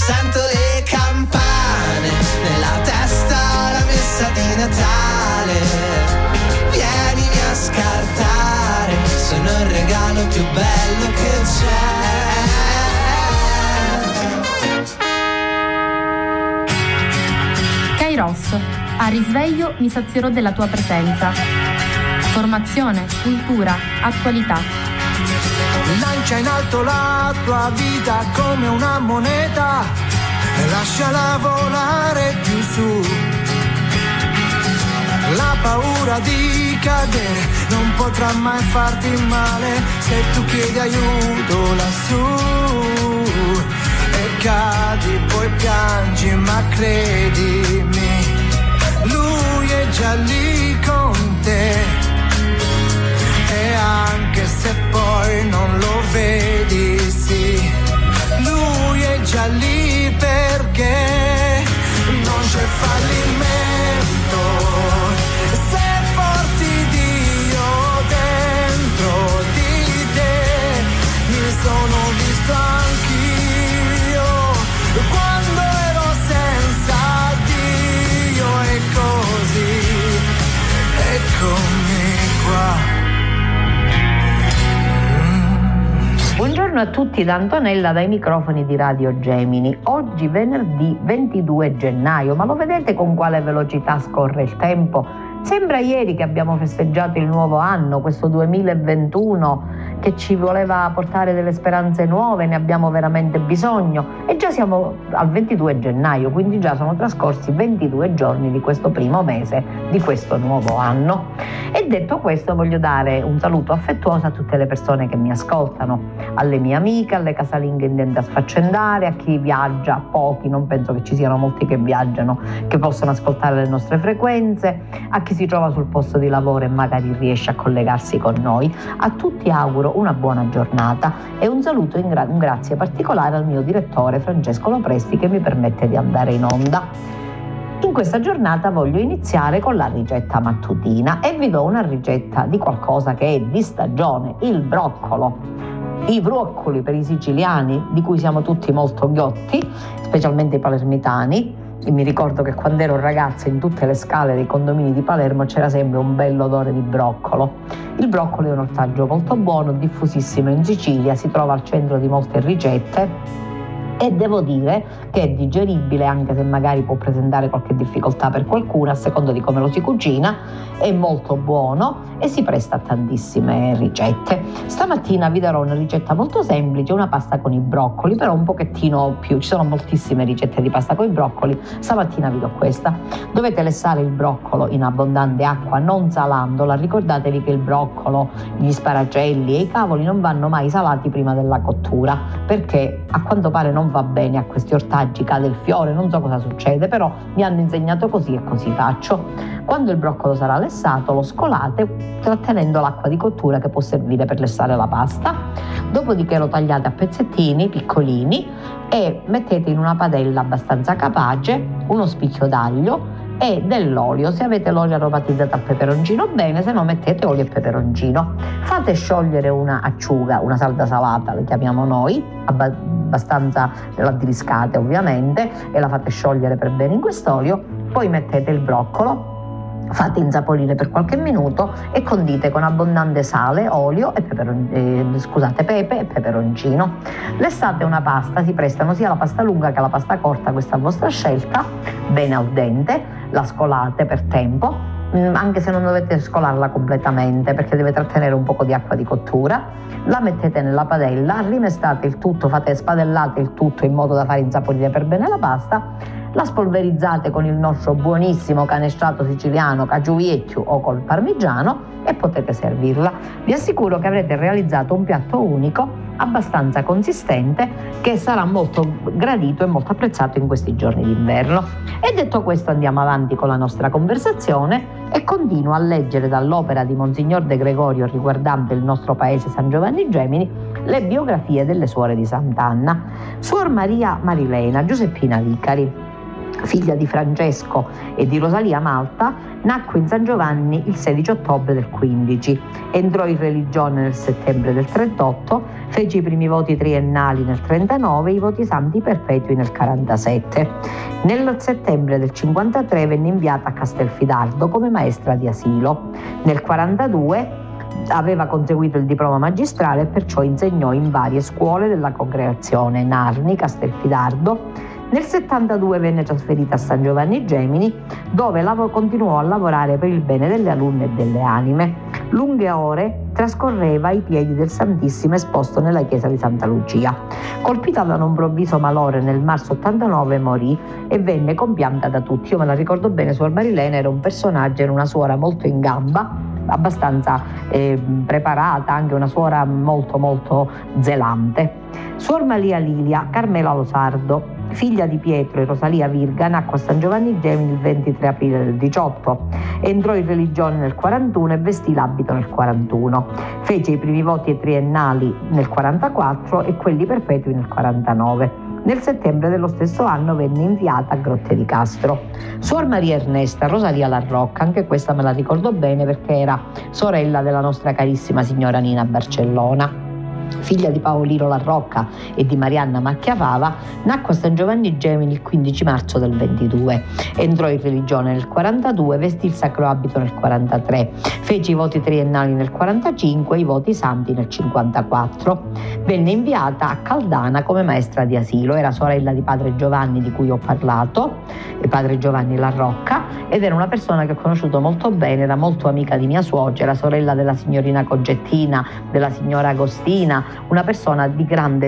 Sento le campane nella testa, la messa di Natale. Vienimi a scartare, sono il regalo più bello che c'è. Kairos, a risveglio mi sazierò della tua presenza. Formazione, cultura, attualità. Lancia in alto la tua vita come una moneta e lasciala volare più su. La paura di cadere non potrà mai farti male se tu chiedi aiuto lassù. E cadi, poi piangi, ma credimi, lui è già lì con te. E anche se poi non lo vedi, sì, lui è già lì perché non c'è fallimento se porti Dio dentro di te. Mi sono visto anch'io quando ero senza Dio, e così eccomi qua. Buongiorno a tutti da Antonella dai microfoni di Radio Gemini. Oggi venerdì 22 gennaio, ma lo vedete con quale velocità scorre il tempo? Sembra ieri che abbiamo festeggiato il nuovo anno, questo 2021 che ci voleva portare delle speranze nuove, ne abbiamo veramente bisogno, e già siamo al 22 gennaio, quindi già sono trascorsi 22 giorni di questo primo mese di questo nuovo anno. E detto questo, voglio dare un saluto affettuoso a tutte le persone che mi ascoltano, alle mie amiche, alle casalinghe intente a sfaccendare, a chi viaggia, pochi, non penso che ci siano molti che viaggiano, che possono ascoltare le nostre frequenze, a chi si trova sul posto di lavoro e magari riesce a collegarsi con noi. A tutti auguro una buona giornata e un saluto, un grazie particolare al mio direttore Francesco Lopresti, che mi permette di andare in onda. In questa giornata voglio iniziare con la ricetta mattutina e vi do una ricetta di qualcosa che è di stagione, il broccolo. I broccoli per i siciliani, di cui siamo tutti molto ghiotti, specialmente i palermitani. E mi ricordo che quando ero ragazza in tutte le scale dei condomini di Palermo c'era sempre un bell'odore di broccolo. Il broccolo è un ortaggio molto buono, diffusissimo in Sicilia, si trova al centro di molte ricette e devo dire che è digeribile, anche se magari può presentare qualche difficoltà per qualcuno a seconda di come lo si cucina. È molto buono e si presta a tantissime ricette. Stamattina vi darò una ricetta molto semplice, una pasta con i broccoli, però un pochettino più, ci sono moltissime ricette di pasta con i broccoli, stamattina vi do questa. Dovete lessare il broccolo in abbondante acqua, non salandola. Ricordatevi che il broccolo, gli sparacelli e i cavoli non vanno mai salati prima della cottura, perché a quanto pare non va bene a questi ortaggi, cade il fiore, non so cosa succede, però mi hanno insegnato così e così faccio. Quando il broccolo sarà lessato lo scolate trattenendo l'acqua di cottura che può servire per lessare la pasta. Dopodiché lo tagliate a pezzettini piccolini e mettete in una padella abbastanza capace uno spicchio d'aglio e dell'olio. Se avete l'olio aromatizzato al peperoncino bene, se no mettete olio e peperoncino. Fate sciogliere una acciuga, una salda salata le chiamiamo noi, abbastanza, la diriscate ovviamente e la fate sciogliere per bene in quest'olio. Poi mettete il broccolo, fate insaporire per qualche minuto e condite con abbondante sale, olio e pepe e peperoncino. Lessate una pasta, si prestano sia la pasta lunga che la pasta corta, questa a vostra scelta, bene al dente, la scolate per tempo, anche se non dovete scolarla completamente perché deve trattenere un poco di acqua di cottura. La mettete nella padella, rimestate il tutto, spadellate il tutto in modo da far insaporire per bene la pasta. La spolverizzate con il nostro buonissimo canestrato siciliano cacio vecchio o col parmigiano e potete servirla. Vi assicuro che avrete realizzato un piatto unico, abbastanza consistente, che sarà molto gradito e molto apprezzato in questi giorni d'inverno. E detto questo andiamo avanti con la nostra conversazione e continuo a leggere dall'opera di Monsignor De Gregorio riguardante il nostro paese San Giovanni Gemini le biografie delle suore di Sant'Anna. Suor Maria Marilena Giuseppina Vicari, figlia di Francesco e di Rosalia Malta, nacque in San Giovanni il 16 ottobre del 15, entrò in religione nel settembre del 38, fece i primi voti triennali nel 39 e i voti santi perpetui nel 47. Nel settembre del 53 venne inviata a Castelfidardo come maestra di asilo. Nel 42 aveva conseguito il diploma magistrale e perciò insegnò in varie scuole della congregazione, Narni, Castelfidardo. Nel 72 venne trasferita a San Giovanni Gemini, dove continuò a lavorare per il bene delle alunne e delle anime. Lunghe ore trascorreva ai piedi del Santissimo esposto nella chiesa di Santa Lucia. Colpita da un improvviso malore nel marzo 89 morì e venne compianta da tutti. Io me la ricordo bene, Suor Marilena era un personaggio, era una suora molto in gamba, abbastanza preparata, anche una suora molto molto zelante. Suor Maria Lilia Carmela Losardo, figlia di Pietro e Rosalia Virga, nacque a San Giovanni Gemini il 23 aprile del 18. Entrò in religione nel 41 e vestì l'abito nel 41. Fece i primi voti triennali nel 44 e quelli perpetui nel 49. Nel settembre dello stesso anno venne inviata a Grotte di Castro. Suor Maria Ernesta Rosalia Larrocca, anche questa me la ricordo bene perché era sorella della nostra carissima signora Nina Barcellona. Figlia di Paolino Larrocca e di Marianna Macchiafava, nacque a San Giovanni Gemini il 15 marzo del 22. Entrò in religione nel 42, vestì il sacro abito nel 43, fece i voti triennali nel 45 e i voti santi nel 54. Venne inviata a Caldana come maestra di asilo, era sorella di padre Giovanni di cui ho parlato, e padre Giovanni Larrocca, ed era una persona che ho conosciuto molto bene, era molto amica di mia suocera, sorella della signorina Cogettina, della signora Agostina, una persona di grande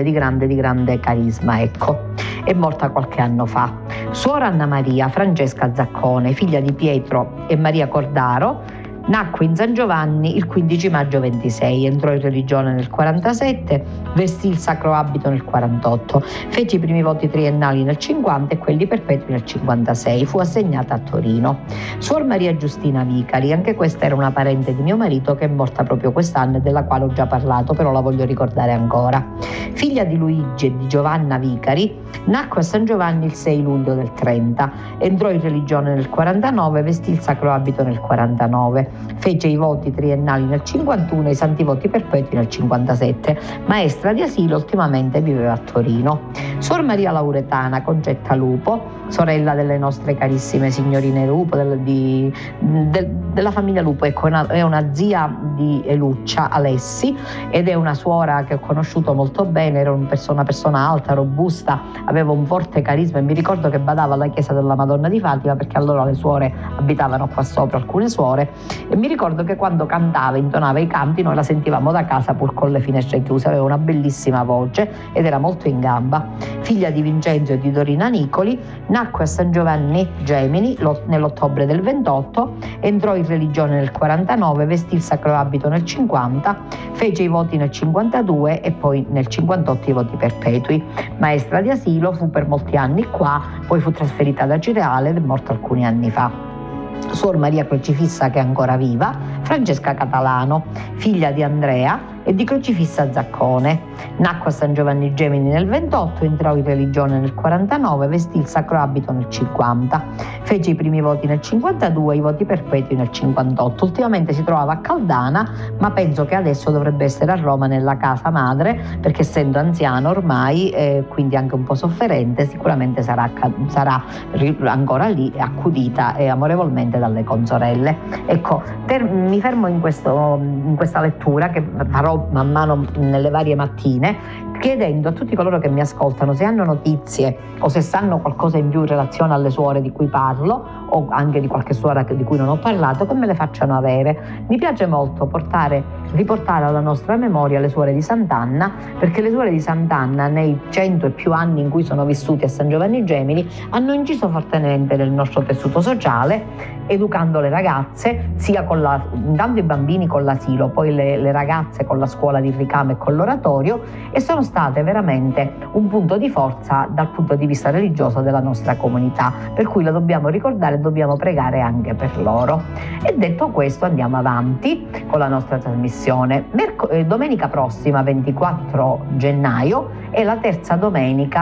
carisma, ecco. È morta qualche anno fa. Suor Anna Maria Francesca Zaccone, figlia di Pietro e Maria Cordaro, nacque in San Giovanni il 15 maggio 26, entrò in religione nel 47, vestì il sacro abito nel 48, fece i primi voti triennali nel 50 e quelli perpetui nel 56, fu assegnata a Torino. Suor Maria Giustina Vicari, anche questa era una parente di mio marito che è morta proprio quest'anno e della quale ho già parlato, però la voglio ricordare ancora. Figlia di Luigi e di Giovanna Vicari, nacque a San Giovanni il 6 luglio del 30, entrò in religione nel 49, vestì il sacro abito nel 49. Fece i voti triennali nel 51 e i santi voti perpetui nel 57. Maestra di asilo, ultimamente viveva a Torino. Suor Maria Lauretana Concetta Lupo, sorella delle nostre carissime signorine Lupo, della famiglia Lupo, ecco, è una zia di Lucia Alessi ed è una suora che ho conosciuto molto bene, era una persona alta, robusta, aveva un forte carisma e mi ricordo che badava alla chiesa della Madonna di Fatima perché allora le suore abitavano qua sopra, alcune suore, e mi ricordo che quando cantava, intonava i canti, noi la sentivamo da casa pur con le finestre chiuse, aveva una bellissima voce ed era molto in gamba. Figlia di Vincenzo e di Dorina Nicoli, nacque a San Giovanni Gemini nell'ottobre del 28, entrò in religione nel 49, vestì il sacro abito nel 50, fece i voti nel 52 e poi nel 58 i voti perpetui. Maestra di asilo, fu per molti anni qua, poi fu trasferita da Cireale ed è morta alcuni anni fa. Suor Maria Crocifissa, che è ancora viva, Francesca Catalano, figlia di Andrea e di Crocifissa Zaccone. Nacque a San Giovanni Gemini nel 28, entrò in religione nel 49, vestì il sacro abito nel 50, fece i primi voti nel 52 e i voti perpetui nel 58. Ultimamente si trovava a Caldana, ma penso che adesso dovrebbe essere a Roma nella casa madre, perché essendo anziano ormai, quindi anche un po' sofferente, sicuramente sarà ancora lì, accudita e amorevolmente dalle consorelle. Ecco, mi fermo in questa lettura che farò man mano nelle varie mattine, chiedendo a tutti coloro che mi ascoltano se hanno notizie o se sanno qualcosa in più in relazione alle suore di cui parlo o anche di qualche suora di cui non ho parlato, che me le facciano avere. Mi piace molto riportare alla nostra memoria le suore di Sant'Anna, perché le suore di Sant'Anna nei 100 e più anni in cui sono vissuti a San Giovanni Gemini hanno inciso fortemente nel nostro tessuto sociale, educando le ragazze sia intanto i bambini con l'asilo, poi le ragazze con la scuola di ricamo e con l'oratorio, e sono state veramente un punto di forza dal punto di vista religioso della nostra comunità, per cui la dobbiamo ricordare e dobbiamo pregare anche per loro. E detto questo andiamo avanti con la nostra trasmissione. Domenica prossima, 24 gennaio, è la terza domenica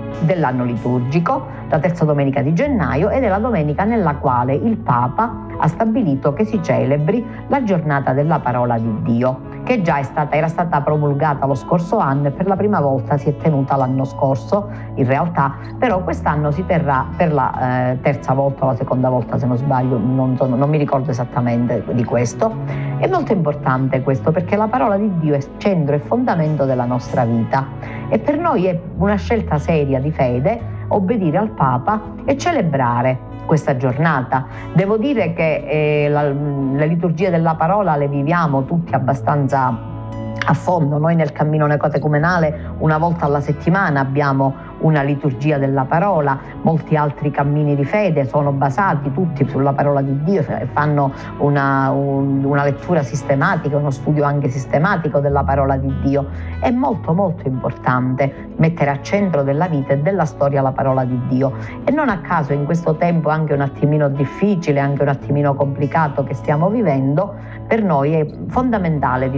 dell'anno liturgico, la terza domenica di gennaio, ed è la domenica nella quale il Papa ha stabilito che si celebri la giornata della parola di Dio, che già era stata promulgata lo scorso anno e per la prima volta si è tenuta l'anno scorso, in realtà, però quest'anno si terrà per la terza volta o la seconda volta, se non sbaglio, non mi ricordo esattamente di questo. È molto importante questo perché la parola di Dio è centro e fondamento della nostra vita e per noi è una scelta seria di fede obbedire al Papa e celebrare questa giornata. Devo dire che le liturgie della parola le viviamo tutti abbastanza a fondo. Noi nel cammino neocatecumenale una volta alla settimana abbiamo una liturgia della parola, molti altri cammini di fede sono basati tutti sulla parola di Dio, fanno una lettura sistematica, uno studio anche sistematico della parola di Dio. È molto molto importante mettere a centro della vita e della storia la parola di Dio e non a caso in questo tempo anche un attimino difficile, anche un attimino complicato che stiamo vivendo, per noi è fondamentale,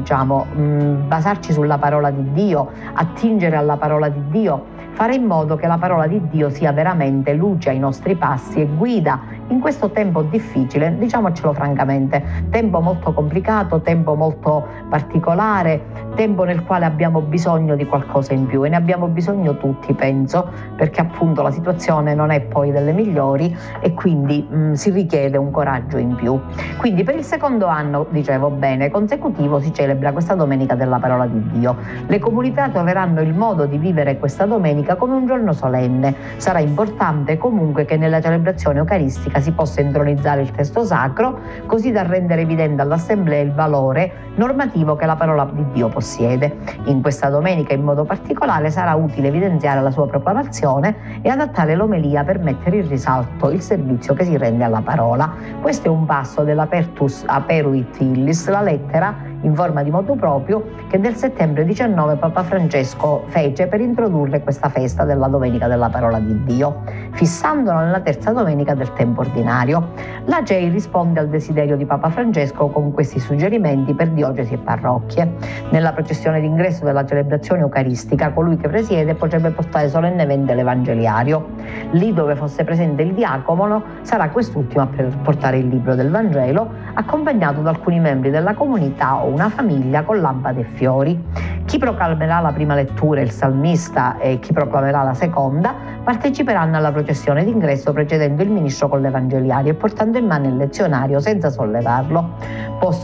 basarci sulla parola di Dio, attingere alla parola di Dio, fare in modo che la parola di Dio sia veramente luce ai nostri passi e guida in questo tempo difficile, diciamocelo francamente, tempo molto complicato, tempo molto particolare, tempo nel quale abbiamo bisogno di qualcosa in più e ne abbiamo bisogno tutti, penso, perché appunto la situazione non è poi delle migliori e quindi si richiede un coraggio in più. Quindi per il secondo anno, consecutivo si celebra questa domenica della parola di Dio. Le comunità troveranno il modo di vivere questa domenica come un giorno solenne. Sarà importante comunque che nella celebrazione eucaristica si possa intronizzare il testo sacro, così da rendere evidente all'Assemblea il valore normativo che la parola di Dio possiede. In questa domenica in modo particolare sarà utile evidenziare la sua proclamazione e adattare l'omelia per mettere in risalto il servizio che si rende alla parola. Questo è un passo dell'Apertus Aperuit Illis, la lettera in forma di motu proprio che nel settembre 19 Papa Francesco fece per introdurre questa festa della Domenica della Parola di Dio, fissandola nella terza domenica del tempo ordinario. La GEI risponde al desiderio di Papa Francesco con questi suggerimenti per diocesi e parrocchie. Nella processione d'ingresso della celebrazione eucaristica, colui che presiede potrebbe portare solennemente l'Evangeliario. Lì dove fosse presente il diacono sarà quest'ultimo a portare il libro del Vangelo, accompagnato da alcuni membri della comunità o una famiglia con lampade e fiori. Chi proclamerà la prima lettura, il salmista, e chi proclamerà la seconda parteciperanno alla processione d'ingresso precedendo il ministro con l'Evangeliario e portando in mano il lezionario senza sollevarlo. Posto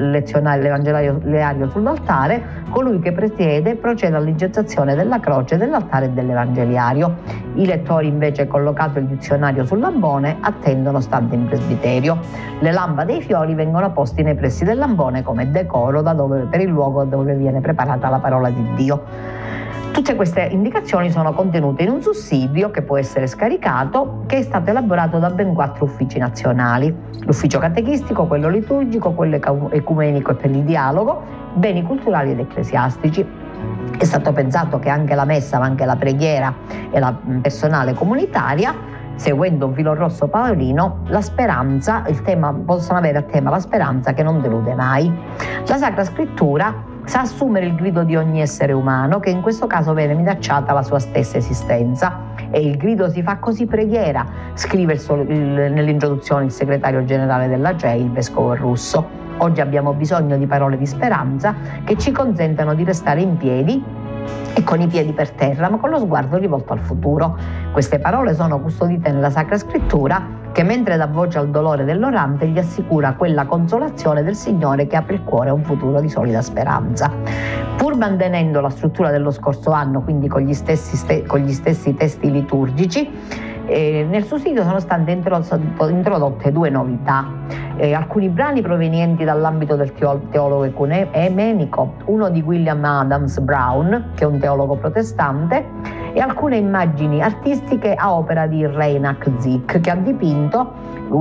l'Evangeliario sull'altare, colui che presiede procede all'ingettazione della croce, dell'altare e dell'Evangeliario. I lettori invece, collocato il dizionario sul lambone, attendono stante in presbiterio. Le lampade e i fiori vengono posti nei pressi del lambone come decoro per il luogo dove viene preparata la parola di Dio. Tutte queste indicazioni sono contenute in un sussidio che può essere scaricato, che è stato elaborato da ben 4 uffici nazionali: l'ufficio catechistico, quello liturgico, quello ecumenico e per il dialogo, beni culturali ed ecclesiastici. È stato pensato che anche la messa, ma anche la preghiera e la personale comunitaria, seguendo un filo rosso paolino, la speranza, possono avere a tema la speranza che non delude mai. La Sacra Scrittura sa assumere il grido di ogni essere umano, che in questo caso viene minacciata la sua stessa esistenza, e il grido si fa così preghiera, scrive nell'introduzione il segretario generale della GEI, il vescovo Russo. Oggi abbiamo bisogno di parole di speranza che ci consentano di restare in piedi e con i piedi per terra, ma con lo sguardo rivolto al futuro. Queste parole sono custodite nella Sacra Scrittura, che mentre dà voce al dolore dell'orante gli assicura quella consolazione del Signore che apre il cuore a un futuro di solida speranza. Pur mantenendo la struttura dello scorso anno, quindi con gli stessi testi liturgici, nel sussidio sono state introdotte 2 novità. Alcuni brani provenienti dall'ambito del teologo ecumenico, uno di William Adams Brown, che è un teologo protestante, e alcune immagini artistiche a opera di Reinhard Zick, che ha dipinto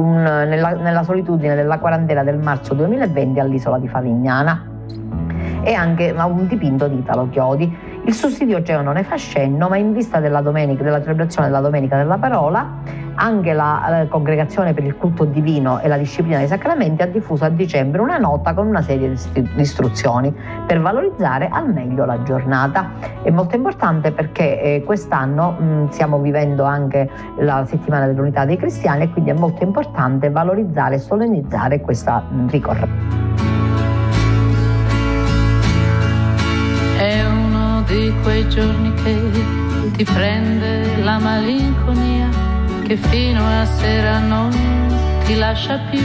nella solitudine della quarantena del marzo 2020 all'isola di Favignana, e anche un dipinto di Italo Chiodi. Il sussidio Geo non ne fa cenno, ma in vista della celebrazione della Domenica della Parola Anche la Congregazione per il Culto Divino e la Disciplina dei Sacramenti ha diffuso a dicembre una nota con una serie di istruzioni per valorizzare al meglio la giornata. È molto importante perché quest'anno stiamo vivendo anche la settimana dell'unità dei cristiani e quindi è molto importante valorizzare e solennizzare questa ricorrenza. È uno di quei giorni che ti prende la malinconia, che fino a sera non ti lascia più.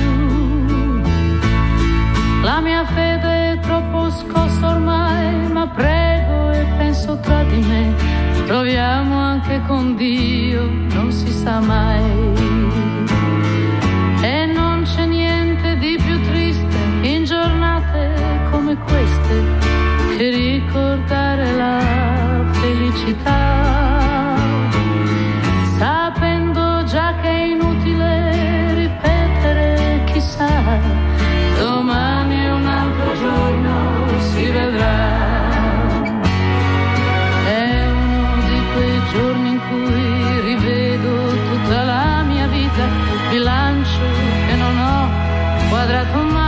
La mia fede è troppo scossa ormai, ma prego e penso tra di me, proviamo anche con Dio, non si sa mai. E non c'è niente di più triste in giornate come queste che ricordare la felicità, sapendo già che è inutile ripetere, chissà, domani è un altro giorno, si vedrà. È uno di quei giorni in cui rivedo tutta la mia vita, bilancio che non ho quadrato mai.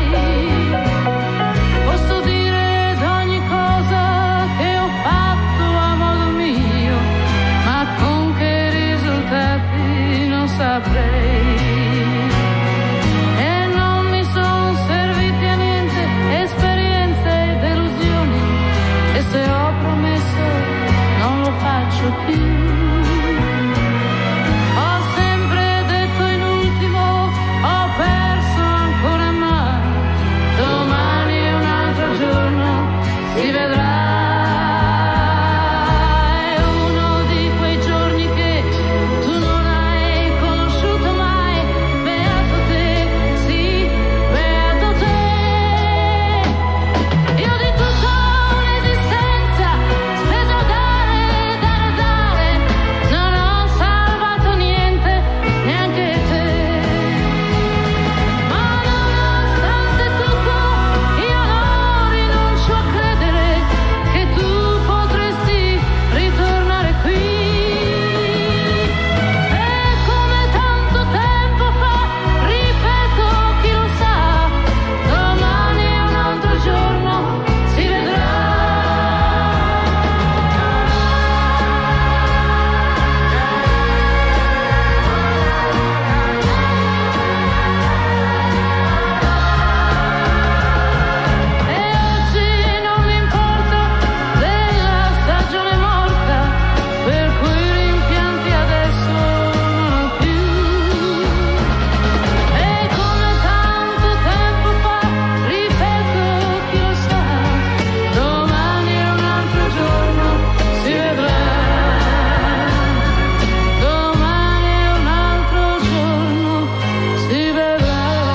Posso dire d'ogni cosa che ho fatto a modo mio, ma con che risultati non saprei. E non mi son serviti a niente esperienze e delusioni, e se ho promesso non lo faccio più. Ho sempre detto in ultimo, ho perso ancora, ma domani è un altro giorno, si vedrà. È uno di quei giorni che tu non hai conosciuto mai. Beato te, sì, beato te. Io di tutta un'esistenza speso a dare, dare, dare, non ho salvato niente, neanche te. Ma nonostante tutto io non rinuncio a credere che tu potresti ritornare qui. E come tanto tempo fa, ripeto, chi lo sa, domani è un altro giorno, si vedrà. E oggi non mi importa della stagione morta, per cui rimpianti adesso non ho più. E come tanto tempo fa, ripeto, chi lo sa, domani è un altro giorno, si vedrà. Domani è un altro giorno, si vedrà.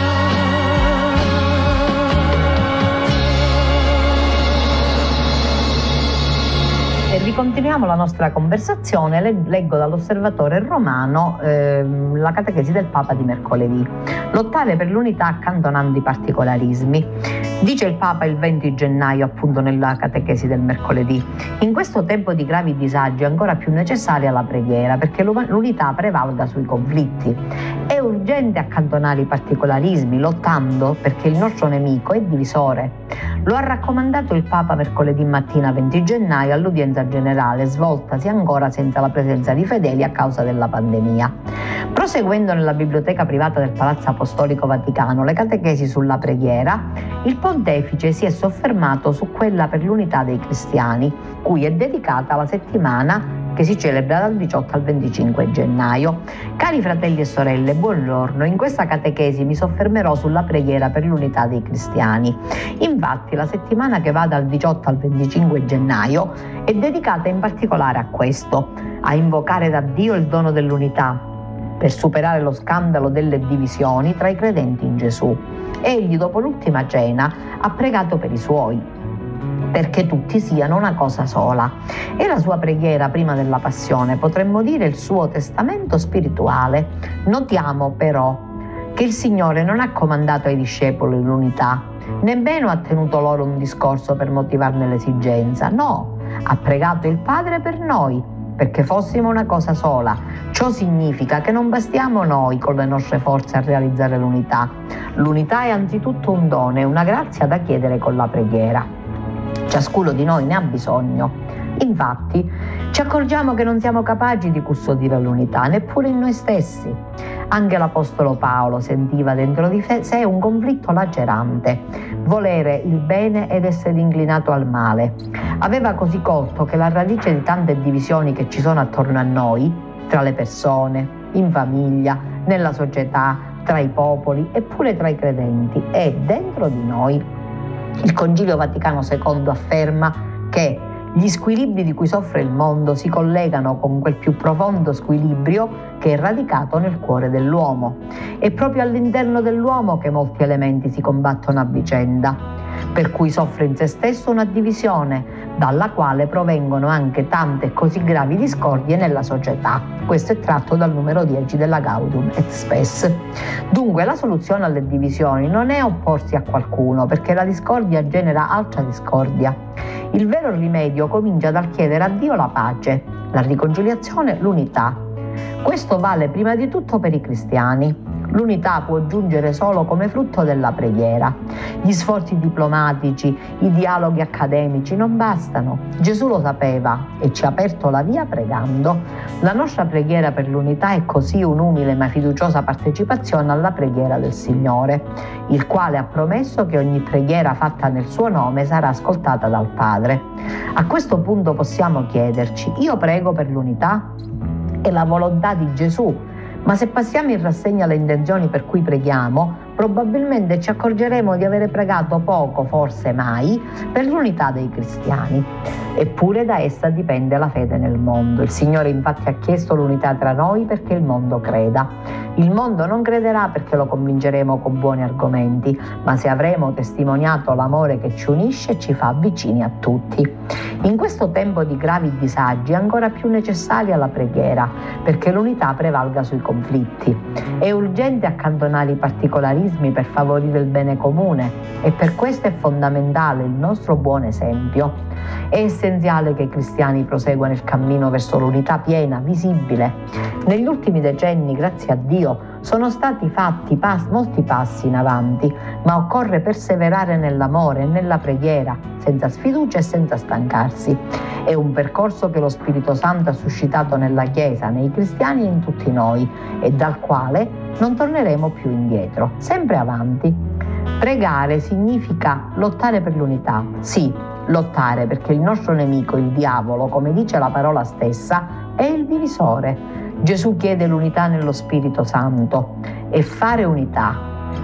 E ricontinuiamo la nostra conversazione. Leggo dall'Osservatore Romano la catechesi del Papa di mercoledì. Lottare per l'unità accantonando i particolarismi. Dice il Papa il 20 gennaio, appunto nella catechesi del mercoledì: in questo tempo di gravi disagi è ancora più necessaria la preghiera, perché l'unità prevalga sui conflitti. È urgente accantonare i particolarismi, lottando perché il nostro nemico è divisore. Lo ha raccomandato il Papa mercoledì mattina 20 gennaio all'udienza generale, svoltasi ancora senza la presenza di fedeli a causa della pandemia. Proseguendo nella biblioteca privata del Palazzo Apostolico Vaticano le catechesi sulla preghiera, il Pontefice si è soffermato su quella per l'unità dei cristiani, cui è dedicata la settimana che si celebra dal 18 al 25 gennaio. Cari fratelli e sorelle, buongiorno. In questa catechesi mi soffermerò sulla preghiera per l'unità dei cristiani. Infatti, la settimana che va dal 18 al 25 gennaio è dedicata in particolare a questo, a invocare da Dio il dono dell'unità, per superare lo scandalo delle divisioni tra i credenti in Gesù. Egli, dopo l'ultima cena, ha pregato per i suoi, perché tutti siano una cosa sola. E la sua preghiera prima della passione, potremmo dire il suo testamento spirituale. Notiamo però che il Signore non ha comandato ai discepoli l'unità, nemmeno ha tenuto loro un discorso per motivarne l'esigenza. No, ha pregato il Padre per noi, perché fossimo una cosa sola, Ciò significa che non bastiamo noi con le nostre forze a realizzare l'unità. L'unità è anzitutto un dono, è una grazia da chiedere con la preghiera. Ciascuno di noi ne ha bisogno. Infatti, ci accorgiamo che non siamo capaci di custodire l'unità, neppure in noi stessi. Anche l'Apostolo Paolo sentiva dentro di sé un conflitto lacerante, volere il bene ed essere inclinato al male. Aveva così colto che la radice di tante divisioni che ci sono attorno a noi, tra le persone, in famiglia, nella società, tra i popoli e pure tra i credenti, è dentro di noi. Il Concilio Vaticano II afferma che gli squilibri di cui soffre il mondo si collegano con quel più profondo squilibrio che è radicato nel cuore dell'uomo. È proprio all'interno dell'uomo che molti elementi si combattono a vicenda, per cui soffre in se stesso una divisione, dalla quale provengono anche tante e così gravi discordie nella società. Questo è tratto dal numero 10 della Gaudium et Spes. Dunque la soluzione alle divisioni non è opporsi a qualcuno, perché la discordia genera altra discordia. Il vero rimedio comincia dal chiedere a Dio la pace, la riconciliazione, l'unità. Questo vale prima di tutto per i cristiani. L'unità può giungere solo come frutto della preghiera. Gli sforzi diplomatici, i dialoghi accademici non bastano. Gesù lo sapeva e ci ha aperto la via pregando. La nostra preghiera per l'unità è così un'umile ma fiduciosa partecipazione alla preghiera del Signore, il quale ha promesso che ogni preghiera fatta nel suo nome sarà ascoltata dal Padre. A questo punto possiamo chiederci: io prego per l'unità? È la volontà di Gesù. Ma se passiamo in rassegna le intenzioni per cui preghiamo, probabilmente ci accorgeremo di avere pregato poco, forse mai, per l'unità dei cristiani. Eppure da essa dipende la fede nel mondo. Il Signore infatti ha chiesto l'unità tra noi perché il mondo creda. Il mondo non crederà perché lo convinceremo con buoni argomenti, ma se avremo testimoniato l'amore che ci unisce e ci fa vicini a tutti. In questo tempo di gravi disagi è ancora più necessaria la preghiera, perché l'unità prevalga sui conflitti. È urgente accantonare i particolarismi per favorire il bene comune e per questo è fondamentale il nostro buon esempio. È essenziale che i cristiani proseguano il cammino verso l'unità piena, visibile. Negli ultimi decenni, grazie a Dio, sono stati fatti molti passi in avanti, ma occorre perseverare nell'amore e nella preghiera, senza sfiducia e senza stancarsi. È un percorso che lo Spirito Santo ha suscitato nella Chiesa, nei cristiani e in tutti noi, e dal quale non torneremo più indietro, sempre avanti. Pregare significa lottare per l'unità, sì, lottare perché il nostro nemico, il diavolo, come dice la parola stessa, è il divisore. Gesù chiede l'unità nello Spirito Santo e fare unità.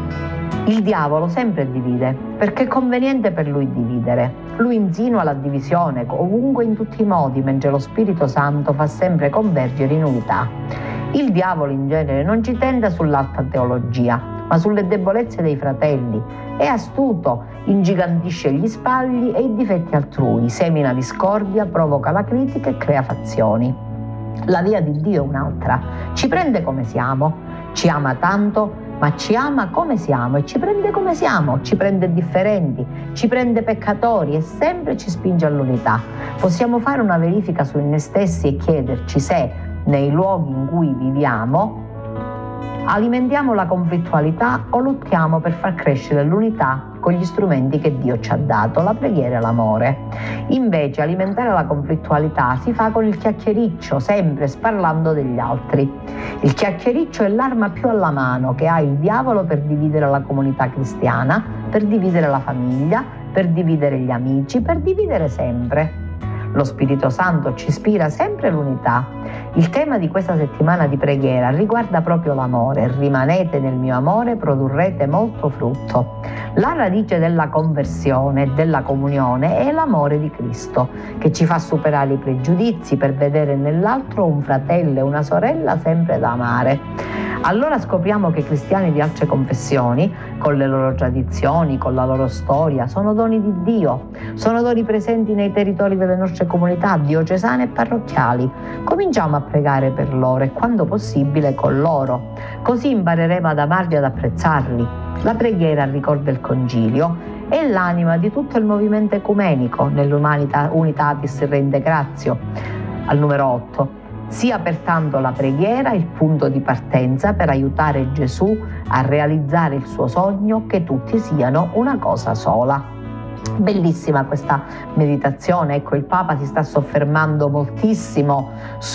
Il diavolo sempre divide, perché è conveniente per lui dividere. Lui insinua la divisione ovunque in tutti i modi, mentre lo Spirito Santo fa sempre convergere in unità. Il diavolo in genere non ci tenta sull'alta teologia, ma sulle debolezze dei fratelli. È astuto, ingigantisce gli sbagli e i difetti altrui, semina discordia, provoca la critica e crea fazioni. La via di Dio è un'altra. Ci prende come siamo, ci ama tanto, ma ci ama come siamo e ci prende come siamo, ci prende differenti, ci prende peccatori e sempre ci spinge all'unità. Possiamo fare una verifica su noi stessi e chiederci se nei luoghi in cui viviamo alimentiamo la conflittualità o lottiamo per far crescere l'unità con gli strumenti che Dio ci ha dato, la preghiera e l'amore. Invece alimentare la conflittualità si fa con il chiacchiericcio, sempre sparlando degli altri. Il chiacchiericcio è l'arma più alla mano che ha il diavolo per dividere la comunità cristiana, per dividere la famiglia, per dividere gli amici, per dividere sempre. Lo Spirito Santo ci ispira sempre l'unità. Il tema di questa settimana di preghiera riguarda proprio l'amore. Rimanete nel mio amore, produrrete molto frutto. La radice della conversione e della comunione è l'amore di Cristo, che ci fa superare i pregiudizi per vedere nell'altro un fratello e una sorella sempre da amare. Allora scopriamo che i cristiani di altre confessioni, con le loro tradizioni, con la loro storia, sono doni di Dio, sono doni presenti nei territori delle nostre comunità diocesane e parrocchiali. Cominciamo a pregare per loro e quando possibile con loro, così impareremo ad amarli e ad apprezzarli. La preghiera ricorda il Concilio è l'anima di tutto il movimento ecumenico nell'Unitatis Reintegratio, al numero 8. Sia pertanto la preghiera il punto di partenza per aiutare Gesù a realizzare il suo sogno che tutti siano una cosa sola. Bellissima questa meditazione, ecco, il Papa si sta soffermando moltissimo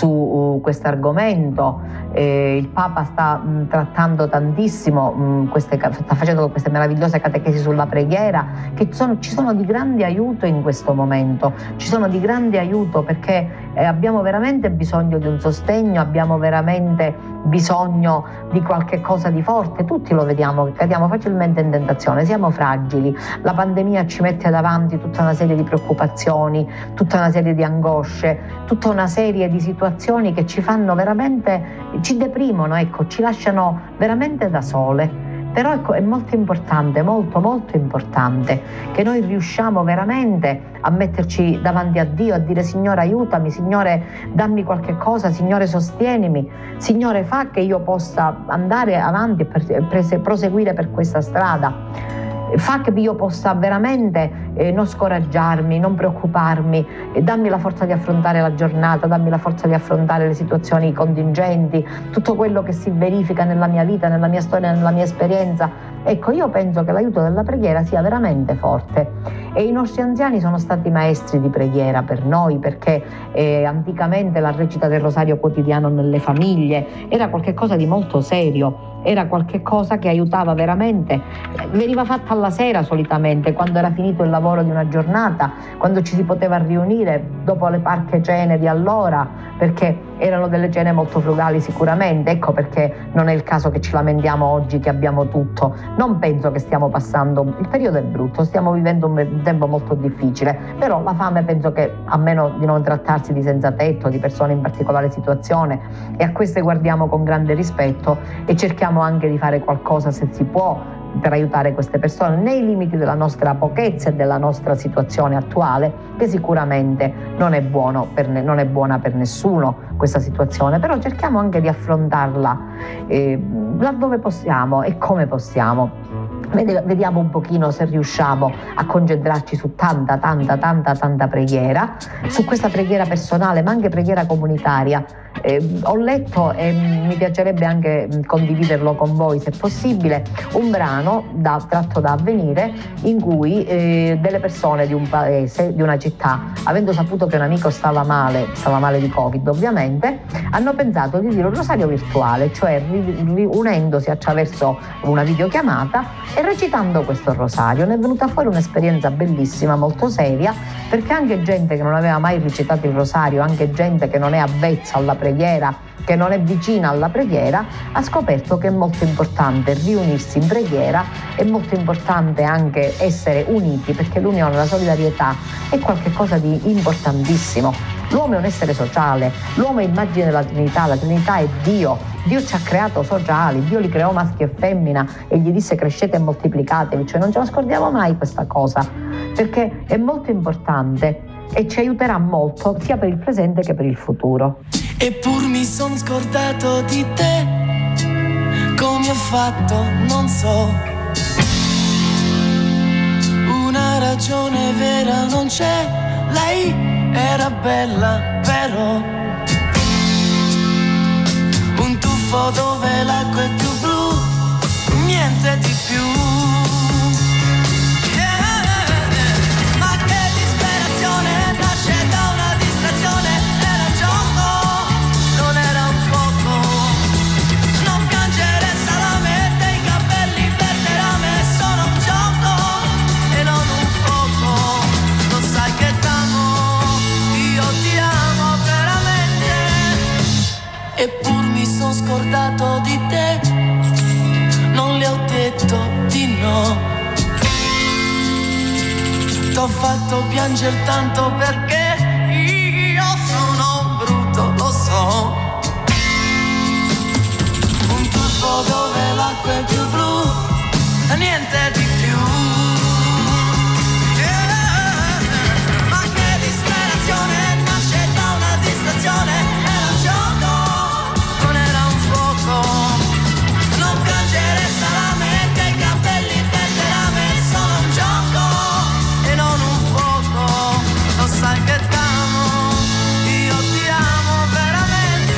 su questo argomento, il Papa sta trattando tantissimo, sta facendo queste meravigliose catechesi sulla preghiera che ci sono di grande aiuto in questo momento, ci sono di grande aiuto perché abbiamo veramente bisogno di un sostegno, abbiamo veramente bisogno di qualche cosa di forte, tutti lo vediamo che cadiamo facilmente in tentazione, siamo fragili, la pandemia ci mette davanti tutta una serie di preoccupazioni, tutta una serie di angosce, tutta una serie di situazioni che ci fanno veramente, ci deprimono, ecco, ci lasciano veramente da sole. Però ecco, è molto importante, molto molto importante che noi riusciamo veramente a metterci davanti a Dio, a dire: Signore aiutami, Signore dammi qualche cosa, Signore sostienimi, Signore fa che io possa andare avanti e proseguire per questa strada. Fa che io possa veramente non scoraggiarmi, non preoccuparmi, dammi la forza di affrontare la giornata, dammi la forza di affrontare le situazioni contingenti, tutto quello che si verifica nella mia vita, nella mia storia, nella mia esperienza. Ecco, io penso che l'aiuto della preghiera sia veramente forte e i nostri anziani sono stati maestri di preghiera per noi, perché anticamente la recita del rosario quotidiano nelle famiglie era qualcosa di molto serio. Era qualche cosa che aiutava veramente, veniva fatta alla sera solitamente, quando era finito il lavoro di una giornata, quando ci si poteva riunire dopo le parche cene di allora, perché erano delle cene molto frugali sicuramente, ecco perché non è il caso che ci lamentiamo oggi che abbiamo tutto. Non penso che stiamo passando, il periodo è brutto, stiamo vivendo un tempo molto difficile, però la fame penso che, a meno di non trattarsi di senza tetto, di persone in particolare situazione, e a queste guardiamo con grande rispetto e cerchiamo anche di fare qualcosa, se si può, per aiutare queste persone nei limiti della nostra pochezza e della nostra situazione attuale, che sicuramente non è buona per nessuno questa situazione, però cerchiamo anche di affrontarla laddove possiamo e come possiamo. Vediamo un pochino se riusciamo a concentrarci su tanta preghiera, su questa preghiera personale ma anche preghiera comunitaria. Ho letto e mi piacerebbe anche condividerlo con voi se possibile, un brano tratto da Avvenire in cui delle persone di un paese, di una città, avendo saputo che un amico stava male di Covid ovviamente, hanno pensato di dire un rosario virtuale, cioè riunendosi attraverso una videochiamata e recitando questo rosario. Ne è venuta fuori un'esperienza bellissima, molto seria, perché anche gente che non aveva mai recitato il rosario, anche gente che non è avvezza alla preghiera, che non è vicina alla preghiera, ha scoperto che è molto importante riunirsi in preghiera, è molto importante anche essere uniti, perché l'unione, la solidarietà è qualcosa di importantissimo. L'uomo è un essere sociale, l'uomo è immagine della Trinità, la Trinità è Dio. Dio ci ha creato sociali, Dio li creò maschi e femmina e gli disse crescete e moltiplicatevi, cioè non ce la scordiamo mai questa cosa, perché è molto importante e ci aiuterà molto sia per il presente che per il futuro. Eppur mi son scordato di te, come ho fatto non so, una ragione vera non c'è, lei era bella però, un tuffo dove l'acqua è più blu, niente di più. Eppur mi son scordato di te, non le ho detto di no. T'ho fatto piangere tanto perché io sono brutto, lo so. Un tuffo dove l'acqua è più blu, niente di più. Ma che disperazione nasce da una distrazione. Non piangere salame, che i capelli perderame, sono un gioco e non un fuoco. Lo sai che t'amo, io ti amo veramente.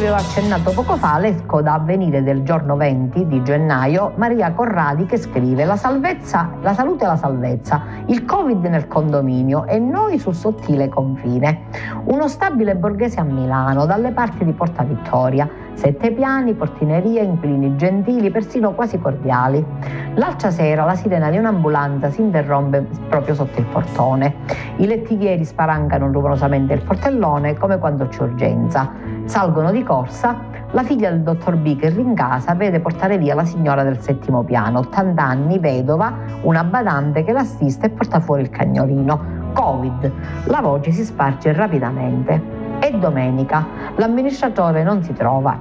avevo accennato poco fa, l'esco da Avvenire del giorno 20 di gennaio, Maria Corradi, che scrive: la salute e la salvezza, il Covid nel condominio e noi sul sottile confine. Uno stabile borghese a Milano, dalle parti di Porta Vittoria, 7 piani, portinerie, inquilini gentili, persino quasi cordiali. L'altra sera la sirena di un'ambulanza si interrompe proprio sotto il portone. I lettighieri spalancano rumorosamente il portellone come quando c'è urgenza. Salgono di corsa. La figlia del dottor B, che rincasa, vede portare via la signora del 7° piano, 80 anni, vedova, una badante che l'assiste e porta fuori il cagnolino. Covid. La voce si sparge rapidamente. È domenica. L'amministratore non si trova.